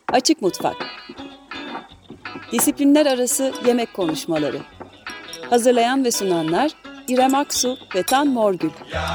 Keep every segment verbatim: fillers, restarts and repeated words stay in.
Açık Mutfak. Disiplinler arası yemek konuşmaları. Hazırlayan ve sunanlar İrem Aksu ve Tan Morgül.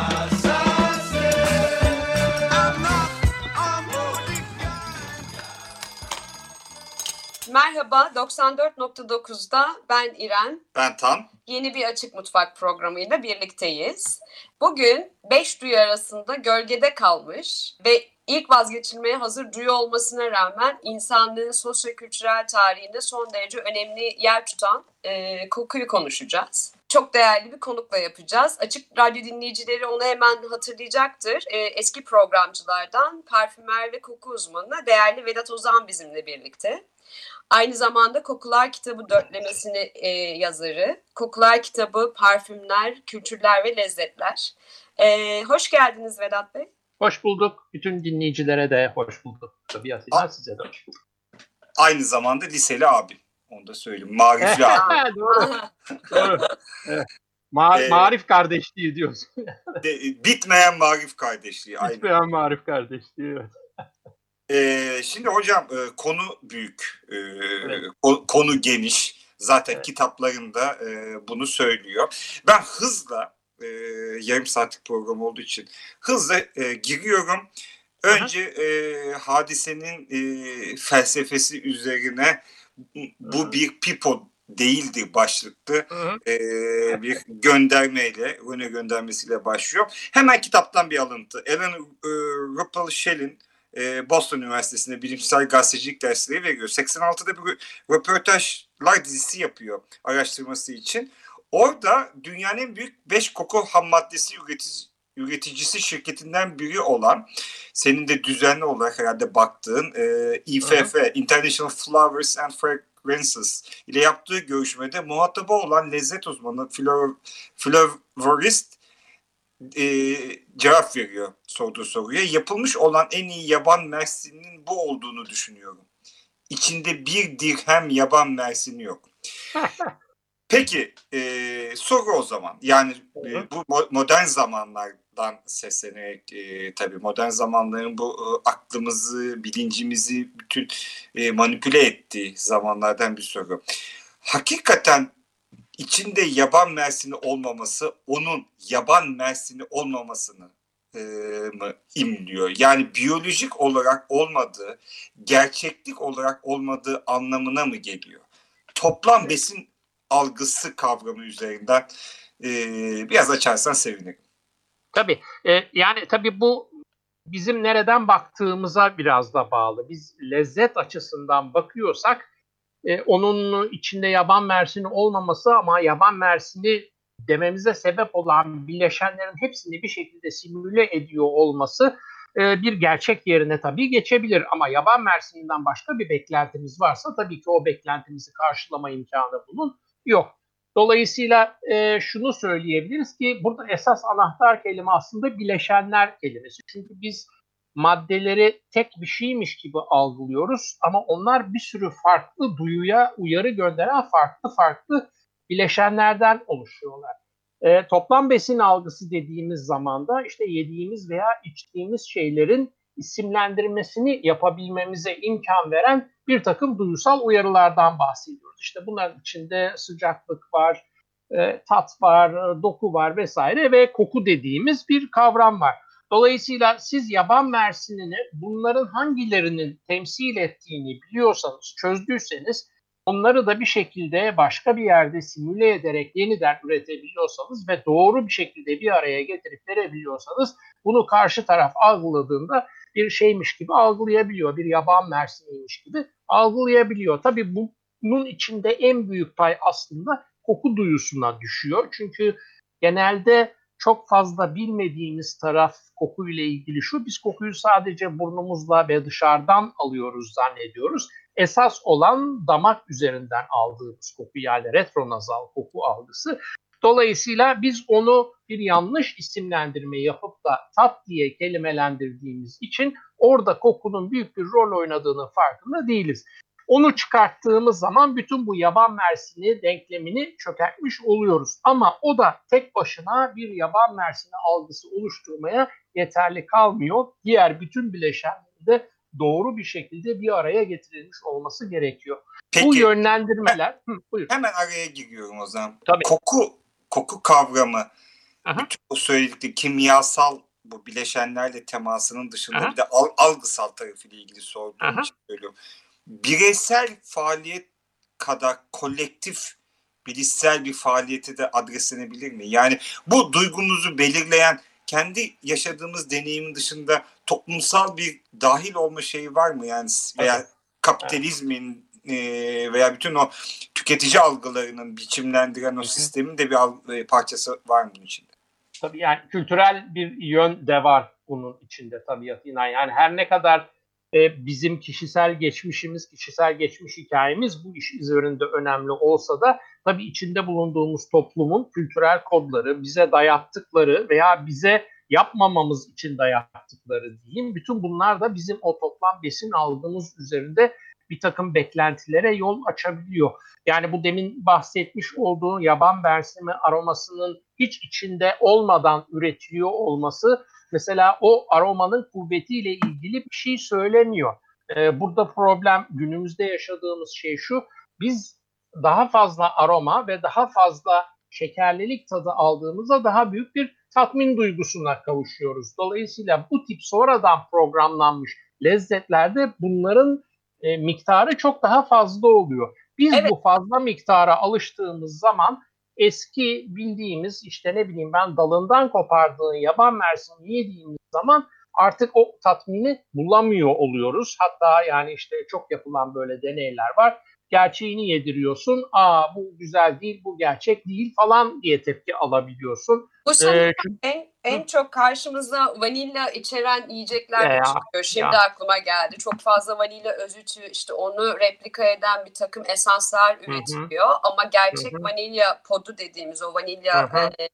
Merhaba, doksan dört nokta dokuzda ben İrem. Ben Tan. Yeni bir Açık Mutfak programıyla birlikteyiz. Bugün beş duyu arasında gölgede kalmış ve ilk vazgeçilmeye hazır duyu olmasına rağmen insanlığın sosyo-kültürel tarihinde son derece önemli yer tutan e, kokuyu konuşacağız. Çok değerli bir konukla yapacağız. Açık Radyo dinleyicileri onu hemen hatırlayacaktır. E, eski programcılardan parfümer ve koku uzmanı değerli Vedat Ozan bizimle birlikte. Aynı zamanda Kokular Kitabı dörtlemesini e, yazarı. Kokular Kitabı, Parfümler, Kültürler ve Lezzetler. E, hoş geldiniz Vedat Bey. Hoş bulduk. Bütün dinleyicilere de hoş bulduk. Tabii Atilla, size de hoş bulduk. Aynı zamanda liseli abi. Onu da söyleyeyim. Marifli abi. Doğru. Doğru. Evet. Ma- ee, marif kardeşliği diyorsun. de, bitmeyen marif kardeşliği. Bitmeyen aynı. Marif kardeşliği. Evet. Ee, şimdi hocam e, konu büyük, e, evet. konu geniş. Zaten evet. kitaplarında e, bunu söylüyor. Ben hızla, e, yarım saatlik program olduğu için hızla e, giriyorum. Önce e, hadisenin e, felsefesi üzerine bu Hı-hı. bir pipo değildir başlıklı e, bir göndermeyle, öne göndermesiyle başlıyor. Hemen kitaptan bir alıntı. Ellen e, Ruppel Shell'in Boston Üniversitesi'nde bilimsel gazetecilik dersleri veriyor. seksen altıda bir röportajlar dizisi yapıyor araştırması için. Orada dünyanın en büyük beş koku ham maddesi üretici, üreticisi şirketinden biri olan, senin de düzenli olarak herhalde baktığın e, İ F F, Hı-hı. International Flowers and Fragrances ile yaptığı görüşmede muhatabı olan lezzet uzmanı, flavorist E, cevap veriyor sorduğu soruya. Yapılmış olan en iyi yaban mersinin bu olduğunu düşünüyorum. İçinde bir dirhem yaban mersini yok. Peki e, soru o zaman. Yani e, bu modern zamanlardan seslenerek e, tabii modern zamanların bu e, aklımızı, bilincimizi bütün e, manipüle ettiği zamanlardan bir soru. Hakikaten İçinde yaban mersini olmaması onun yaban mersini olmamasını e, mı imliyor? Yani biyolojik olarak olmadığı, gerçeklik olarak olmadığı anlamına mı geliyor? Toplam besin algısı kavramı üzerinden e, biraz açarsan sevinirim. Tabii. E, yani tabii bu bizim nereden baktığımıza biraz da bağlı. Biz lezzet açısından bakıyorsak Ee, onun içinde yaban mersini olmaması ama yaban mersini dememize sebep olan bileşenlerin hepsini bir şekilde simüle ediyor olması e, bir gerçek yerine tabii geçebilir. Ama yaban mersininden başka bir beklentimiz varsa tabii ki o beklentimizi karşılama imkanı bunun yok. Dolayısıyla e, şunu söyleyebiliriz ki burada esas anahtar kelime aslında bileşenler kelimesi. Çünkü biz maddeleri tek bir şeymiş gibi algılıyoruz ama onlar bir sürü farklı duyuya uyarı gönderen farklı farklı bileşenlerden oluşuyorlar. E, toplam besin algısı dediğimiz zaman da işte yediğimiz veya içtiğimiz şeylerin isimlendirmesini yapabilmemize imkan veren bir takım duyusal uyarılardan bahsediyoruz. İşte bunların içinde sıcaklık var, e, tat var, doku var vesaire ve koku dediğimiz bir kavram var. Dolayısıyla siz yaban mersinini bunların hangilerinin temsil ettiğini biliyorsanız, çözdüyseniz onları da bir şekilde başka bir yerde simüle ederek yeniden üretebiliyorsanız ve doğru bir şekilde bir araya getirip verebiliyorsanız bunu karşı taraf algıladığında bir şeymiş gibi algılayabiliyor. Bir yaban mersiniymiş gibi algılayabiliyor. Tabii bunun içinde en büyük pay aslında koku duyusuna düşüyor. Çünkü genelde çok fazla bilmediğimiz taraf kokuyla ilgili şu, biz kokuyu sadece burnumuzla ve dışarıdan alıyoruz zannediyoruz. Esas olan damak üzerinden aldığımız koku, yani retronazal koku algısı. Dolayısıyla biz onu bir yanlış isimlendirme yapıp da tat diye kelimelendirdiğimiz için orada kokunun büyük bir rol oynadığının farkında değiliz. Onu çıkarttığımız zaman bütün bu yaban mersini denklemini çökertmiş oluyoruz. Ama o da tek başına bir yaban mersini algısı oluşturmaya yeterli kalmıyor. Diğer bütün bileşenleri de doğru bir şekilde bir araya getirilmiş olması gerekiyor. Peki, bu yönlendirmeler... He, buyur. Hemen araya giriyorum o zaman. Tabii. Koku, koku kavramı, Aha. bütün o söyledikleri kimyasal bu bileşenlerle temasının dışında Aha. bir de algısal tarafıyla ilgili sorduğum Aha. için söylüyorum. Bireysel faaliyet kadar kolektif bilişsel bir faaliyete de adreslenebilir mi? Yani bu duygumuzu belirleyen kendi yaşadığımız deneyimin dışında toplumsal bir dahil olma şeyi var mı? Yani veya evet. kapitalizmin e, veya bütün o tüketici algılarının biçimlendiren o sistemin de bir parçası var mı bunun içinde? Tabii yani kültürel bir yön de var bunun içinde tabiatıyla. Yani her ne kadar e, bizim kişisel geçmişimiz, kişisel geçmiş hikayemiz bu iş üzerinde önemli olsa da tabii içinde bulunduğumuz toplumun kültürel kodları, bize dayattıkları veya bize yapmamamız için dayattıkları diyeyim. Bütün bunlar da bizim o toplam besin algımız üzerinde bir takım beklentilere yol açabiliyor. Yani bu demin bahsetmiş olduğu yaban mersimi aromasının hiç içinde olmadan üretiliyor olması mesela o aromanın kuvvetiyle ilgili bir şey söylemiyor. Ee, burada problem günümüzde yaşadığımız şey şu, biz daha fazla aroma ve daha fazla şekerlilik tadı aldığımızda daha büyük bir tatmin duygusuna kavuşuyoruz. Dolayısıyla bu tip sonradan programlanmış lezzetlerde bunların e, miktarı çok daha fazla oluyor. Biz evet. bu fazla miktara alıştığımız zaman eski bildiğimiz işte ne bileyim ben dalından kopardığın yaban mersini yediğimiz zaman artık o tatmini bulamıyor oluyoruz. Hatta yani işte çok yapılan böyle deneyler var. Gerçeğini yediriyorsun. Aa bu güzel değil, bu gerçek değil falan diye tepki alabiliyorsun. Bu sanırım ee, çünkü... en, en çok karşımıza vanilya içeren yiyecekler ya, çıkıyor. Şimdi ya. aklıma geldi. Çok fazla vanilya özütü, işte onu replika eden bir takım esanslar üretiliyor. Hı-hı. Ama gerçek Hı-hı. vanilya podu dediğimiz o vanilya e,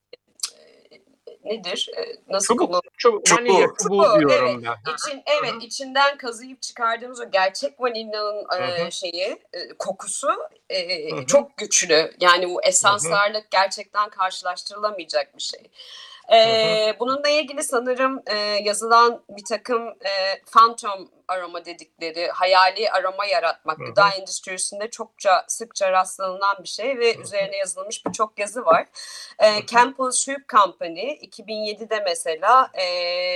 nedir? Nasıl kullanılır? Çubuk, vanilya çubuğu diyorum evet. ben. İçin, evet, Hı-hı. içinden kazıyıp çıkardığımız o gerçek vanilyanın e, şeyi, e, kokusu e, çok güçlü. Yani bu esanslarla Hı-hı. gerçekten karşılaştırılamayacak bir şey. Ee, bununla ilgili sanırım e, yazılan bir takım e, phantom aroma dedikleri hayali aroma yaratmak hı hı. gıda endüstrisinde çokça sıkça rastlanılan bir şey ve hı hı. üzerine yazılmış birçok yazı var. E, Campbell's Soup Company iki bin yedide mesela e,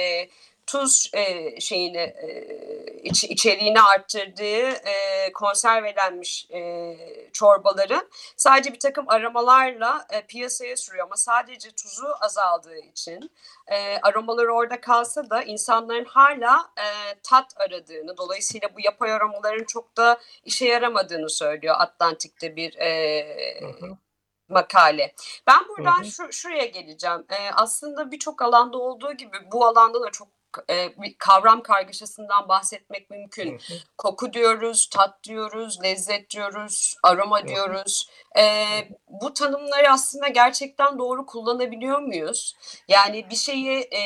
tuz e, şeyini e, iç, içeriğini arttırdığı e, konservelenmiş e, çorbaların sadece bir takım aromalarla e, piyasaya sürüyor ama sadece tuzu azaldığı için e, aromaları orada kalsa da insanların hala e, tat aradığını, dolayısıyla bu yapay aromaların çok da işe yaramadığını söylüyor Atlantik'te bir e, hı hı. makale. Ben buradan hı hı. Şu, şuraya geleceğim. E, aslında birçok alanda olduğu gibi bu alanda da çok e, bir kavram kargaşasından bahsetmek mümkün. Hı hı. Koku diyoruz, tat diyoruz, lezzet diyoruz, aroma hı hı. diyoruz. E, bu tanımları aslında gerçekten doğru kullanabiliyor muyuz? Yani bir şeyi e,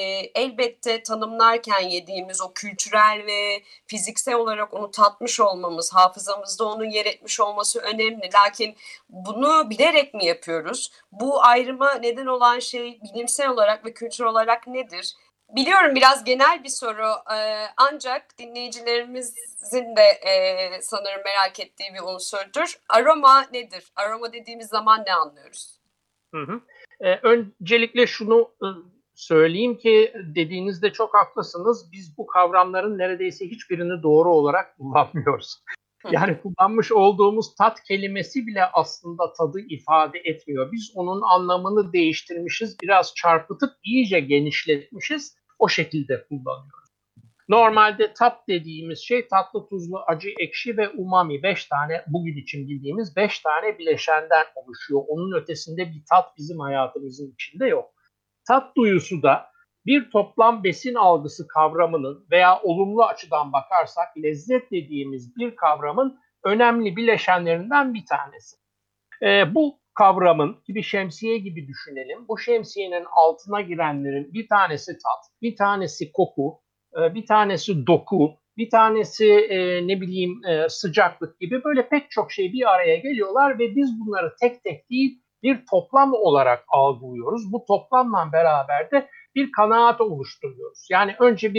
elbette tanımlarken yediğimiz o kültürel ve fiziksel olarak onu tatmış olmamız, hafızamızda onun yer etmiş olması önemli. Lakin bunu bilerek mi yapıyoruz? Bu ayrıma neden olan şey bilimsel olarak ve kültürel olarak nedir? Biliyorum biraz genel bir soru ee, ancak dinleyicilerimizin de e, sanırım merak ettiği bir unsurdur. Aroma nedir? Aroma dediğimiz zaman ne anlıyoruz? Hı hı. Ee, öncelikle şunu söyleyeyim ki dediğinizde çok haklısınız. Biz bu kavramların neredeyse hiçbirini doğru olarak kullanmıyoruz. Yani kullanmış olduğumuz tat kelimesi bile aslında tadı ifade etmiyor. Biz onun anlamını değiştirmişiz, biraz çarpıtıp iyice genişletmişiz, o şekilde kullanıyoruz. Normalde tat dediğimiz şey tatlı, tuzlu, acı, ekşi ve umami. Beş tane bugün için bildiğimiz beş tane bileşenden oluşuyor. Onun ötesinde bir tat bizim hayatımızın içinde yok. Tat duyusu da bir toplam besin algısı kavramının veya olumlu açıdan bakarsak lezzet dediğimiz bir kavramın önemli bileşenlerinden bir tanesi. Ee, bu kavramın bir şemsiye gibi düşünelim. Bu şemsiyenin altına girenlerin bir tanesi tat, bir tanesi koku, bir tanesi doku, bir tanesi e, ne bileyim e, sıcaklık gibi böyle pek çok şey bir araya geliyorlar ve biz bunları tek tek değil bir toplam olarak algılıyoruz. Bu toplamla beraber de bir kanaat oluşturuyoruz. Yani önce bir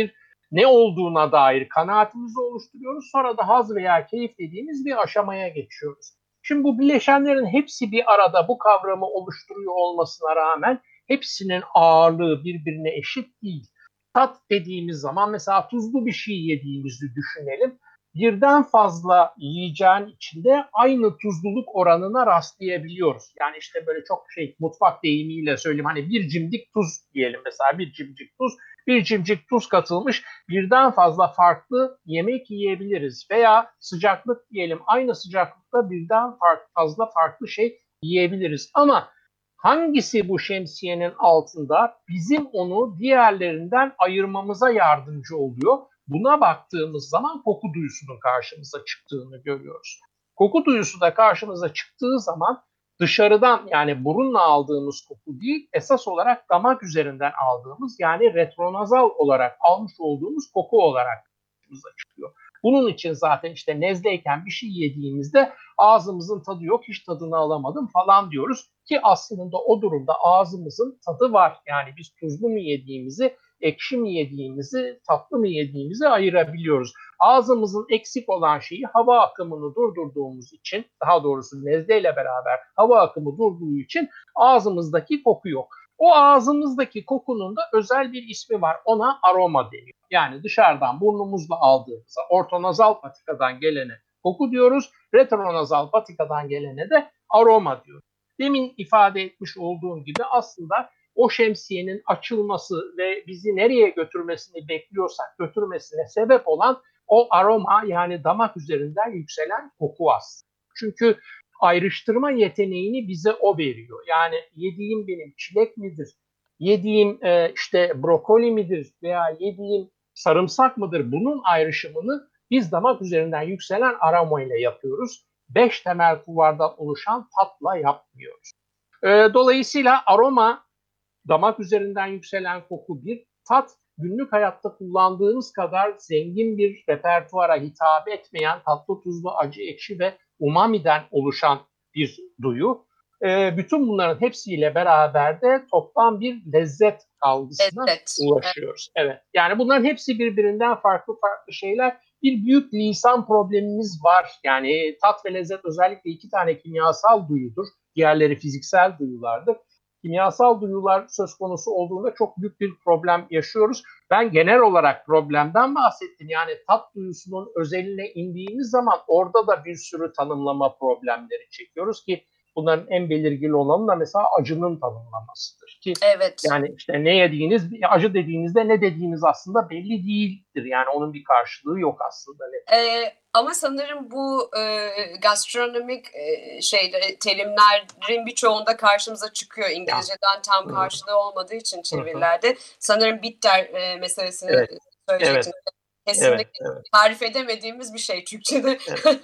ne olduğuna dair kanaatimizi oluşturuyoruz. Sonra da haz veya keyif dediğimiz bir aşamaya geçiyoruz. Şimdi bu bileşenlerin hepsi bir arada bu kavramı oluşturuyor olmasına rağmen hepsinin ağırlığı birbirine eşit değil. Tat dediğimiz zaman mesela tuzlu bir şey yediğimizi düşünelim. Birden fazla yiyeceğin içinde aynı tuzluluk oranına rastlayabiliyoruz. Yani işte böyle çok şey mutfak deyimiyle söyleyeyim, hani bir cimdik tuz diyelim mesela, bir cimcik tuz, bir cimcik tuz katılmış birden fazla farklı yemek yiyebiliriz. Veya sıcaklık diyelim, aynı sıcaklıkta birden fazla farklı şey yiyebiliriz. Ama hangisi bu şemsiyenin altında bizim onu diğerlerinden ayırmamıza yardımcı oluyor? Buna baktığımız zaman koku duyusunun karşımıza çıktığını görüyoruz. Koku duyusu da karşımıza çıktığı zaman dışarıdan, yani burunla aldığımız koku değil, esas olarak damak üzerinden aldığımız, yani retronazal olarak almış olduğumuz koku olarak karşımıza çıkıyor. Bunun için zaten işte nezleyken bir şey yediğimizde ağzımızın tadı yok, hiç tadını alamadım falan diyoruz ki aslında o durumda ağzımızın tadı var. Yani biz tuzlu mu yediğimizi, ekşi mi yediğimizi, tatlı mı yediğimizi ayırabiliyoruz. Ağzımızın eksik olan şeyi hava akımını durdurduğumuz için, daha doğrusu nezleyle beraber hava akımı durduğu için ağzımızdaki koku yok. O ağzımızdaki kokunun da özel bir ismi var. Ona aroma deniyor. Yani dışarıdan burnumuzla aldığımızda ortonazal patikadan gelene koku diyoruz. Retronazal patikadan gelene de aroma diyoruz. Demin ifade etmiş olduğum gibi aslında o şemsiyenin açılması ve bizi nereye götürmesini bekliyorsak götürmesine sebep olan o aroma, yani damak üzerinden yükselen koku aslında. Çünkü ayrıştırma yeteneğini bize o veriyor. Yani yediğim benim çilek midir, yediğim e, işte brokoli midir veya yediğim sarımsak mıdır, bunun ayrışımını biz damak üzerinden yükselen aroma ile yapıyoruz. Beş temel kulvardan oluşan tatla yapmıyoruz. E, dolayısıyla aroma, damak üzerinden yükselen koku bir, tat günlük hayatta kullandığımız kadar zengin bir repertuara hitap etmeyen tatlı, tuzlu, acı, ekşi ve umami'den oluşan bir duyu. E, bütün bunların hepsiyle beraber de toplam bir lezzet algısına Evet. ulaşıyoruz. Evet. Yani bunların hepsi birbirinden farklı farklı şeyler. Bir büyük lisan problemimiz var. Yani tat ve lezzet özellikle iki tane kimyasal duyudur. Diğerleri fiziksel duyulardır. Kimyasal duyular söz konusu olduğunda çok büyük bir problem yaşıyoruz. Ben genel olarak problemden bahsettim. Yani tat duyusunun özeline indiğimiz zaman orada da bir sürü tanımlama problemleri çekiyoruz ki bunların en belirgin olanı da mesela acının tanımlamasıdır. Ki Evet. yani işte ne yediğiniz, acı dediğinizde ne dediğiniz aslında belli değildir. Yani onun bir karşılığı yok aslında. Ee, ama sanırım bu e, gastronomik e, şeyde terimlerin birçoğunda karşımıza çıkıyor. İngilizceden tam karşılığı olmadığı için çevirilerde. Sanırım bitter e, meselesini evet. söyleyecektim. Evet. Kesinlikle evet, evet. tarif edemediğimiz bir şey Türkçe'de. Evet.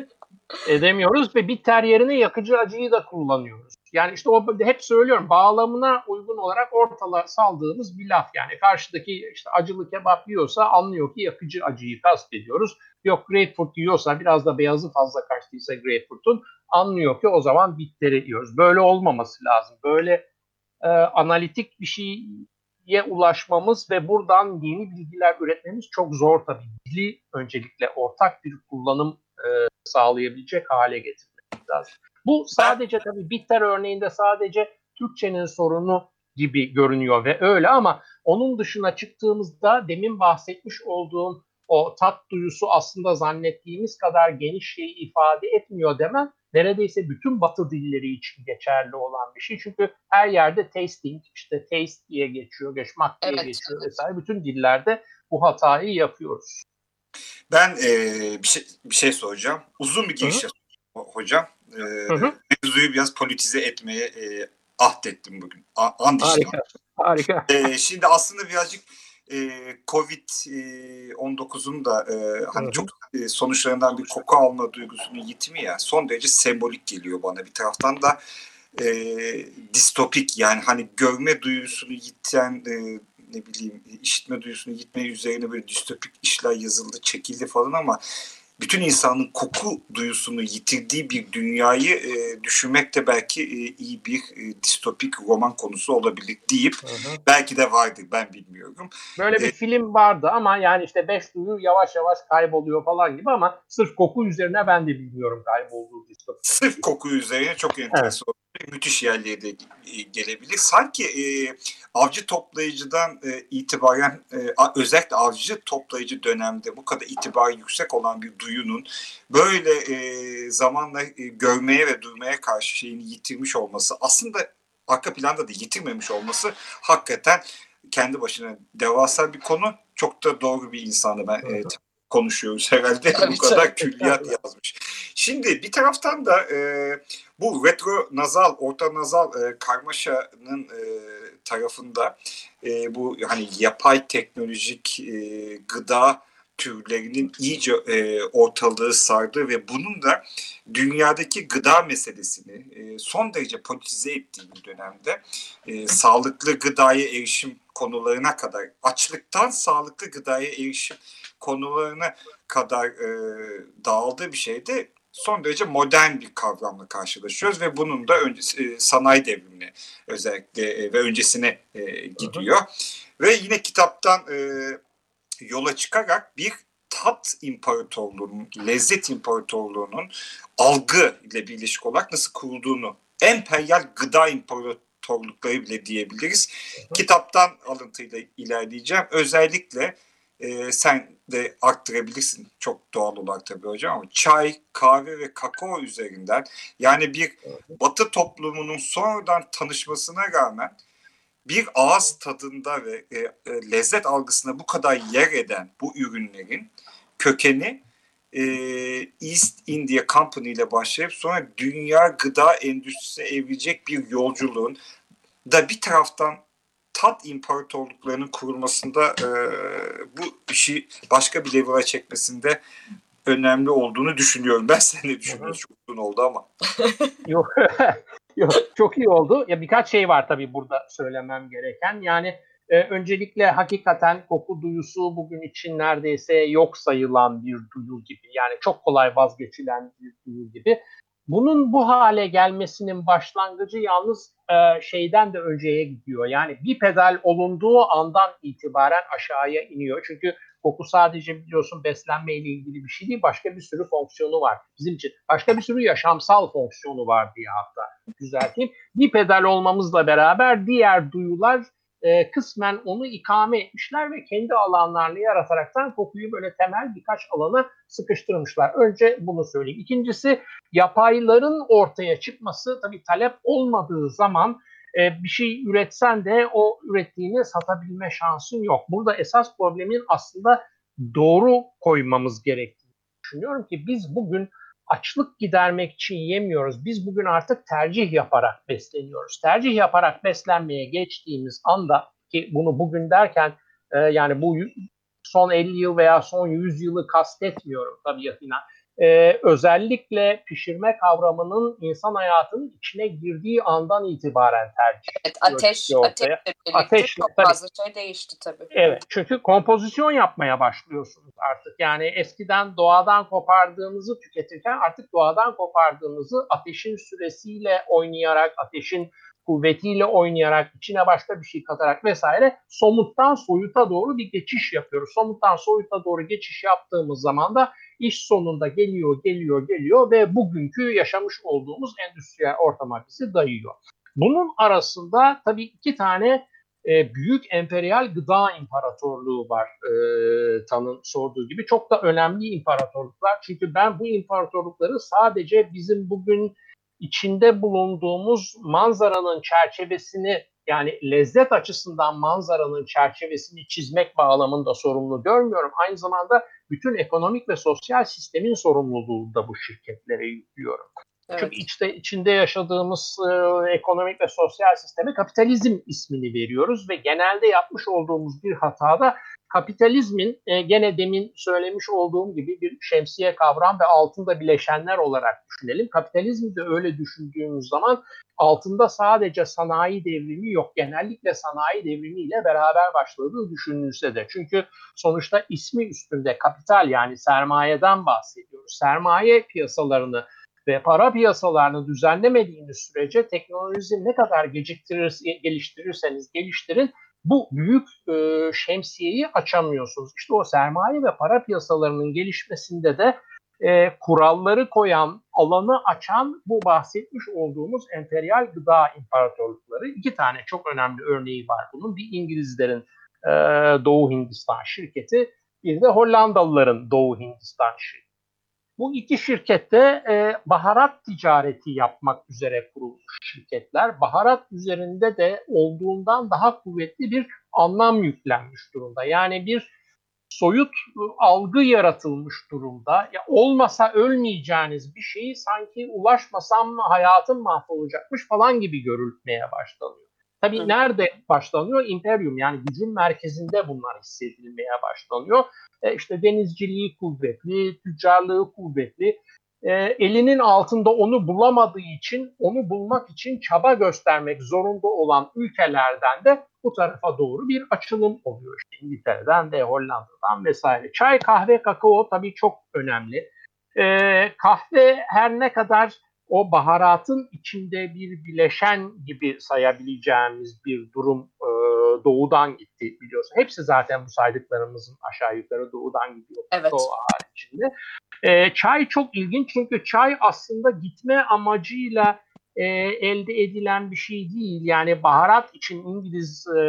Edemiyoruz ve bitter yerine yakıcı acıyı da kullanıyoruz. Yani işte o, hep söylüyorum, bağlamına uygun olarak ortalığa saldığımız bir laf. Yani karşıdaki işte acılı kebap yiyorsa anlıyor ki yakıcı acıyı kastediyoruz. Yok greyfurt yiyorsa, biraz da beyazı fazla kaçtıysa greyfurtun, anlıyor ki o zaman bitteri yiyoruz. Böyle olmaması lazım. Böyle e, analitik bir şeye ulaşmamız ve buradan yeni bilgiler üretmemiz çok zor tabii. Dili öncelikle ortak bir kullanım e, sağlayabilecek hale getirmek lazım. Bu sadece tabii bitter örneğinde sadece Türkçenin sorunu gibi görünüyor ve öyle, ama onun dışına çıktığımızda demin bahsetmiş olduğum o tat duyusu aslında zannettiğimiz kadar geniş şeyi ifade etmiyor demem neredeyse bütün Batı dilleri için geçerli olan bir şey. Çünkü her yerde tasting, işte taste diye geçiyor, geçmak diye evet, geçiyor evet. vesaire. Bütün dillerde bu hatayı yapıyoruz. Ben e, bir şey bir şey soracağım. Uzun bir giriş hocam. E, mevzuyu biraz politize etmeye e, ahdettim bugün. A, and harika, harika. E, şimdi aslında birazcık e, kovid on dokuzun da e, hani Hı-hı. çok e, sonuçlarından bir koku alma duygusunun yitimi ya, son derece sembolik geliyor bana. Bir taraftan da e, distopik, yani hani görme duyusunu yiten, e, ne bileyim işitme duyusunu yitme üzerine böyle distopik işler yazıldı, çekildi falan, ama bütün insanın koku duyusunu yitirdiği bir dünyayı e, düşünmek de belki e, iyi bir e, distopik roman konusu olabilir deyip hı hı. belki de vardır, ben bilmiyorum. Böyle bir ee, film vardı ama yani işte beş duyu yavaş yavaş kayboluyor falan gibi, ama sırf koku üzerine ben de bilmiyorum kaybolduğu distopik. Sırf koku üzerine çok enteresan. Evet. Müthiş yerlere de gelebilir. Sanki e, avcı toplayıcıdan e, itibaren e, özellikle avcı toplayıcı dönemde bu kadar itibarı yüksek olan bir duyunun böyle e, zamanla e, görmeye ve duymaya karşı şeyini yitirmiş olması, aslında arka planda da yitirmemiş olması hakikaten kendi başına devasa bir konu. Çok da doğru bir insanı ben e, konuşuyoruz herhalde. Tabii, bu kadar tabii, külliyat tabii. yazmış. Şimdi bir taraftan da e, bu retronazal, ortanazal e, karmaşanın e, tarafında e, bu hani yapay teknolojik e, gıda türlerinin iyice e, ortalığı sardı ve bunun da dünyadaki gıda meselesini e, son derece politize ettiği bir dönemde e, sağlıklı gıdaya erişim konularına kadar, açlıktan sağlıklı gıdaya erişim konularına kadar e, dağıldığı bir şeyde son derece modern bir kavramla karşılaşıyoruz ve bunun da önce, e, sanayi devrimine özellikle e, ve öncesine e, gidiyor. Hı hı. Ve yine kitaptan e, yola çıkarak bir tat imparatorluğunun, lezzet imparatorluğunun algı ile birleşik olarak nasıl kurulduğunu, emperyal gıda imparatorlukları bile diyebiliriz. Hı hı. Kitaptan alıntıyla ilerleyeceğim. Özellikle e, sen de arttırabilirsin çok doğal olarak tabii hocam, ama çay, kahve ve kakao üzerinden, yani bir Batı toplumunun sonradan tanışmasına rağmen bir ağız tadında ve e, e, lezzet algısına bu kadar yer eden bu ürünlerin kökeni e, East India Company ile başlayıp sonra dünya gıda endüstrisine evrilecek bir yolculuğun da bir taraftan tat imparatorluklarının kurulmasında e, bu işi başka bir level'a çekmesinde önemli olduğunu düşünüyorum. Ben sen ne düşünüyorsun? Çok uzun oldu ama. Yok. Yok, çok iyi oldu. Ya birkaç şey var tabii burada söylemem gereken. Yani e, öncelikle hakikaten koku duyusu bugün için neredeyse yok sayılan bir duyu gibi. Yani çok kolay vazgeçilen bir duyu gibi. Bunun bu hale gelmesinin başlangıcı yalnız e, şeyden de önceye gidiyor. Yani bir pedal olunduğu andan itibaren aşağıya iniyor. Çünkü koku sadece biliyorsun beslenme ile ilgili bir şey değil. Başka bir sürü fonksiyonu var bizim için. Başka bir sürü yaşamsal fonksiyonu var diye hatta düzelteyim. Bir pedal olmamızla beraber diğer duyular e, kısmen onu ikame etmişler ve kendi alanlarını yarataraktan kokuyu böyle temel birkaç alana sıkıştırmışlar. Önce bunu söyleyeyim. İkincisi, yapayların ortaya çıkması. Tabii talep olmadığı zaman e, bir şey üretsen de o ürettiğini satabilme şansın yok. Burada esas problemin aslında doğru koymamız gerektiğini düşünüyorum ki biz bugün açlık gidermek için yemiyoruz. Biz bugün artık tercih yaparak besleniyoruz. Tercih yaparak beslenmeye geçtiğimiz anda, ki bunu bugün derken e, yani bu son elli yıl veya son yüz yılı kastetmiyorum tabii yakından. Ee, özellikle pişirme kavramının insan hayatının içine girdiği andan itibaren tercih. Evet, ateş, ateşle birlikte ateş, çok tabii. Fazla şey değişti tabii. Evet, çünkü kompozisyon yapmaya başlıyorsunuz artık. Yani eskiden doğadan kopardığınızı tüketirken artık doğadan kopardığınızı ateşin süresiyle oynayarak, ateşin kuvvetiyle oynayarak, içine başka bir şey katarak vesaire somuttan soyuta doğru bir geçiş yapıyoruz. Somuttan soyuta doğru geçiş yaptığımız zaman da iş sonunda geliyor, geliyor, geliyor ve bugünkü yaşamış olduğumuz endüstriyel ortama bizi dayıyor. Bunun arasında tabii iki tane e, büyük emperyal gıda imparatorluğu var, e, Tan'ın sorduğu gibi. Çok da önemli imparatorluklar. Çünkü ben bu imparatorlukları sadece bizim bugün içinde bulunduğumuz manzaranın çerçevesini, yani lezzet açısından manzaranın çerçevesini çizmek bağlamında sorumlu görmüyorum. Aynı zamanda bütün ekonomik ve sosyal sistemin sorumluluğu da bu şirketlere yüklüyorum. Evet. Çünkü içte, içinde yaşadığımız e, ekonomik ve sosyal sisteme kapitalizm ismini veriyoruz ve genelde yapmış olduğumuz bir hatada kapitalizmin e, gene demin söylemiş olduğum gibi bir şemsiye kavram ve altında bileşenler olarak düşünelim. Kapitalizmi de öyle düşündüğümüz zaman altında sadece sanayi devrimi yok. Genellikle sanayi devrimiyle beraber başladığı düşünülse de. Çünkü sonuçta ismi üstünde kapital, yani sermayeden bahsediyoruz. Sermaye piyasalarını ve para piyasalarını düzenlemediğiniz sürece teknoloji ne kadar geciktirir, geliştirirseniz geliştirin, bu büyük e, şemsiyeyi açamıyorsunuz. İşte o sermaye ve para piyasalarının gelişmesinde de e, kuralları koyan, alanı açan bu bahsetmiş olduğumuz emperyal gıda imparatorlukları. İki tane çok önemli örneği var bunun. Bir İngilizlerin e, Doğu Hindistan şirketi, bir de Hollandalıların Doğu Hindistan şirketi. Bu iki şirkette e, baharat ticareti yapmak üzere kurulmuş şirketler. Baharat üzerinde de olduğundan daha kuvvetli bir anlam yüklenmiş durumda. Yani bir soyut algı yaratılmış durumda. Ya olmasa ölmeyeceğiniz bir şeyi sanki ulaşmasam hayatım mahvolacakmış falan gibi görülmeye başlanıyor. Tabii Hı. nerede başlanıyor? İmperyum, yani gücün merkezinde bunlar hissedilmeye başlanıyor. E işte denizciliği kuvvetli, tüccarlığı kuvvetli. E, elinin altında onu bulamadığı için, onu bulmak için çaba göstermek zorunda olan ülkelerden de bu tarafa doğru bir açılım oluyor. İşte İngiltere'den de, Hollanda'dan vesaire. Çay, kahve, kakao tabii çok önemli. E, kahve her ne kadar o baharatın içinde bir bileşen gibi sayabileceğimiz bir durum e, doğudan gitti biliyorsun. Hepsi zaten bu saydıklarımızın aşağı yukarı doğudan gidiyor. Evet. Doğu haricinde. E, çay çok ilginç çünkü çay aslında gitme amacıyla e, elde edilen bir şey değil. Yani baharat için İngiliz e,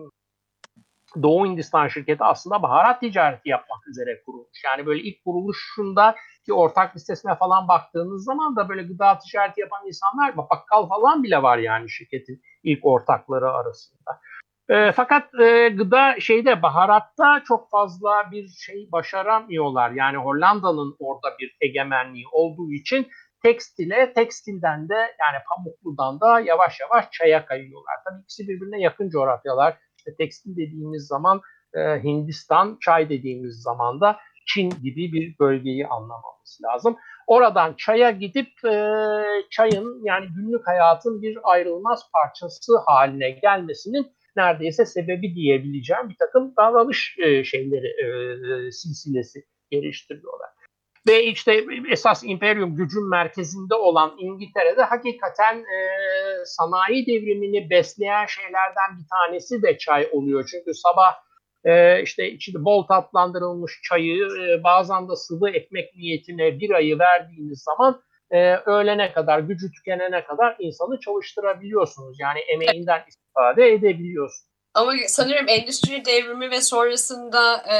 Doğu Hindistan şirketi aslında baharat ticareti yapmak üzere kurulmuş. Yani böyle ilk kuruluşunda ki ortak listesine falan baktığınız zaman da böyle gıda ticareti yapan insanlar, bakkal falan bile var yani şirketin ilk ortakları arasında. E, fakat e, gıda şeyde, baharatta çok fazla bir şey başaramıyorlar. Yani Hollanda'nın orada bir egemenliği olduğu için tekstile, tekstilden de yani pamukludan da yavaş yavaş çaya kayıyorlar. Tabii ikisi birbirine yakın coğrafyalar. İşte tekstil dediğimiz zaman e, Hindistan, çay dediğimiz zaman da Çin gibi bir bölgeyi anlamamız lazım. Oradan çaya gidip e, çayın, yani günlük hayatın bir ayrılmaz parçası haline gelmesinin neredeyse sebebi diyebileceğim bir takım davranış e, şeyleri, e, silsilesi geliştiriyorlar. Ve işte esas imperyum gücün merkezinde olan İngiltere'de hakikaten e, sanayi devrimini besleyen şeylerden bir tanesi de çay oluyor. Çünkü sabah e, işte içinde bol tatlandırılmış çayı, e, bazen de sıvı ekmek niyetine bir ayı verdiğiniz zaman e, öğlene kadar, gücü tükenene kadar insanı çalıştırabiliyorsunuz. Yani emeğinden istifade edebiliyorsunuz. Ama sanırım endüstri devrimi ve sonrasında e,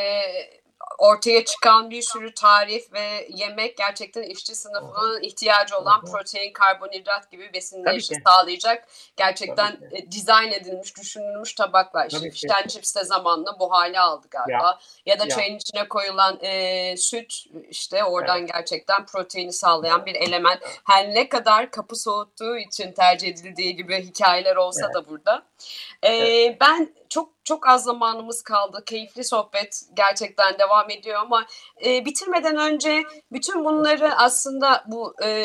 ortaya çıkan bir sürü tarif ve yemek gerçekten işçi sınıfının ihtiyacı olan protein, karbonhidrat gibi besinleri sağlayacak gerçekten e, dizayn edilmiş, düşünülmüş tabaklar. İşte fish and chips de zamanla bu hale aldı galiba. Ya, ya da ya. çayın içine koyulan e, süt, işte oradan evet. gerçekten proteini sağlayan bir element. Her ne kadar kapı soğuttuğu için tercih edildiği gibi hikayeler olsa evet. da burada. E, evet. Ben çok çok az zamanımız kaldı. Keyifli sohbet gerçekten devam ediyor ama e, bitirmeden önce bütün bunları aslında bu e,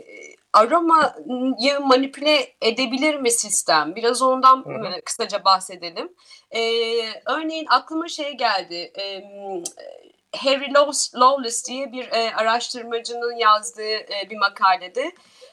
aromayı manipüle edebilir mi sistem? Biraz ondan hı hı. kısaca bahsedelim. E, örneğin aklıma şey geldi. E, Harry Lawless diye bir e, araştırmacının yazdığı e, bir makalede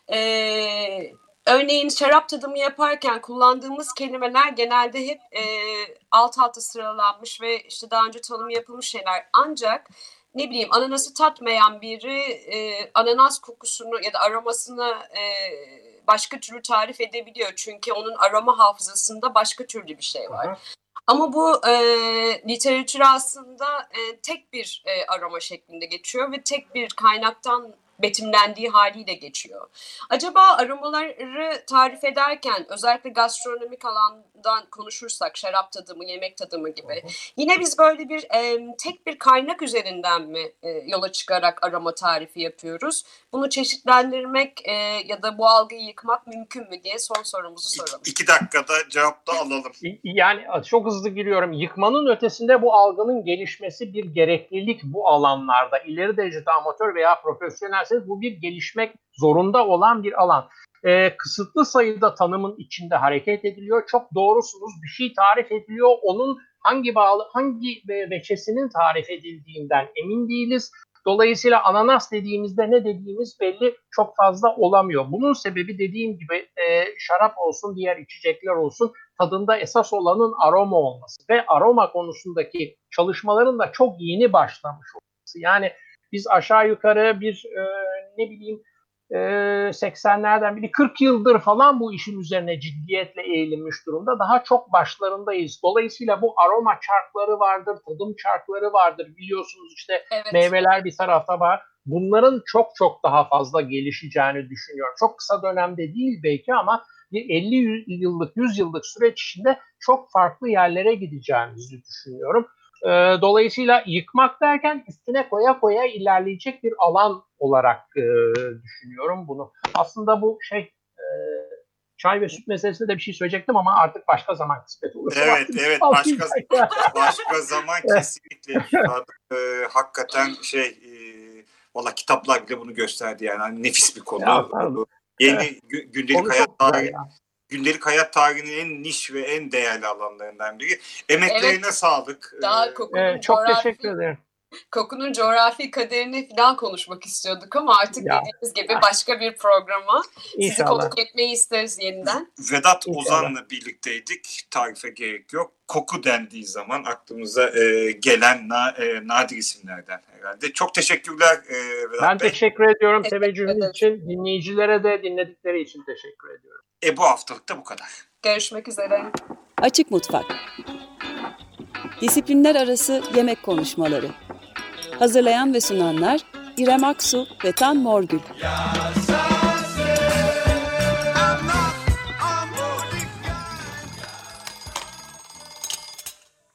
e, örneğin şarap tadımı yaparken kullandığımız kelimeler genelde hep e, alt alta sıralanmış ve işte daha önce tanımı yapılmış şeyler. Ancak ne bileyim ananası tatmayan biri e, ananas kokusunu ya da aromasını e, başka türlü tarif edebiliyor. Çünkü onun aroma hafızasında başka türlü bir şey var. Hı hı. Ama bu e, literatür aslında e, tek bir e, aroma şeklinde geçiyor ve tek bir kaynaktan betimlendiği haliyle geçiyor. Acaba aromaları tarif ederken özellikle gastronomik alan tadımından konuşursak, şarap tadımı, yemek tadımı gibi, yine biz böyle bir e, tek bir kaynak üzerinden mi e, yola çıkarak aroma tarifi yapıyoruz? Bunu çeşitlendirmek e, ya da bu algıyı yıkmak mümkün mü diye son sorumuzu soralım. İki, iki dakikada cevap da alalım. Yani çok hızlı giriyorum. Yıkmanın ötesinde bu algının gelişmesi bir gereklilik bu alanlarda. İleri derecede amatör veya profesyonelseniz bu bir gelişmek zorunda olan bir alan. Ee, kısıtlı sayıda tanımın içinde hareket ediliyor. Çok doğrusunuz, bir şey tarif ediliyor. Onun hangi bağlı, hangi veçesinin tarif edildiğinden emin değiliz. Dolayısıyla ananas dediğimizde ne dediğimiz belli çok fazla olamıyor. Bunun sebebi dediğim gibi e, şarap olsun, diğer içecekler olsun, tadında esas olanın aroma olması ve aroma konusundaki çalışmaların da çok yeni başlamış olması. Yani biz aşağı yukarı bir e, ne bileyim e, seksenlerden biri kırk yıldır falan bu işin üzerine ciddiyetle eğilinmiş durumda. Daha çok başlarındayız. Dolayısıyla bu aroma çarkları vardır, tadım çarkları vardır. Biliyorsunuz işte Evet. Meyveler bir tarafta var. Bunların çok çok daha fazla gelişeceğini düşünüyorum. Çok kısa dönemde değil belki ama bir elli yıllık, yüz yıllık süreç içinde çok farklı yerlere gideceğimizi düşünüyorum. Dolayısıyla yıkmak derken üstüne koya koya ilerleyecek bir alan olarak e, düşünüyorum bunu. Aslında bu şey e, çay ve süt meselesinde de bir şey söyleyecektim ama artık başka zaman kısmet olur. Evet, evet. Başka, başka zaman kesinlikle. e, hakikaten şey e, valla kitaplar bile bunu gösterdi yani. yani nefis bir konu. Ya, Yeni evet. gündelik Konu hayat tarihi. ya. Gündelik hayat tarihinin en niş ve en değerli alanlarından biri. Emeklerine Evet. sağlık. Daha kokunun Evet, çok coğrafi, teşekkür ederim. Kokunun coğrafi kaderini falan konuşmak istiyorduk ama artık Ya. dediğimiz gibi başka bir programa İnşallah. sizi konuk etmeyi isteriz yeniden. Vedat İnşallah. Ozan'la birlikteydik. Tarife gerek yok. Koku dendiği zaman aklımıza e, gelen na, e, nadir isimlerden herhalde. Çok teşekkürler e, Vedat Ben Bey. teşekkür ediyorum Teşekkür teveccühünüz ederim. için. Dinleyicilere de dinledikleri için teşekkür ediyorum. E bu haftalık da bu kadar. Görüşmek üzere. Açık Mutfak. Disiplinler arası yemek konuşmaları. Hazırlayan ve sunanlar İrem Aksu ve Tan Morgül.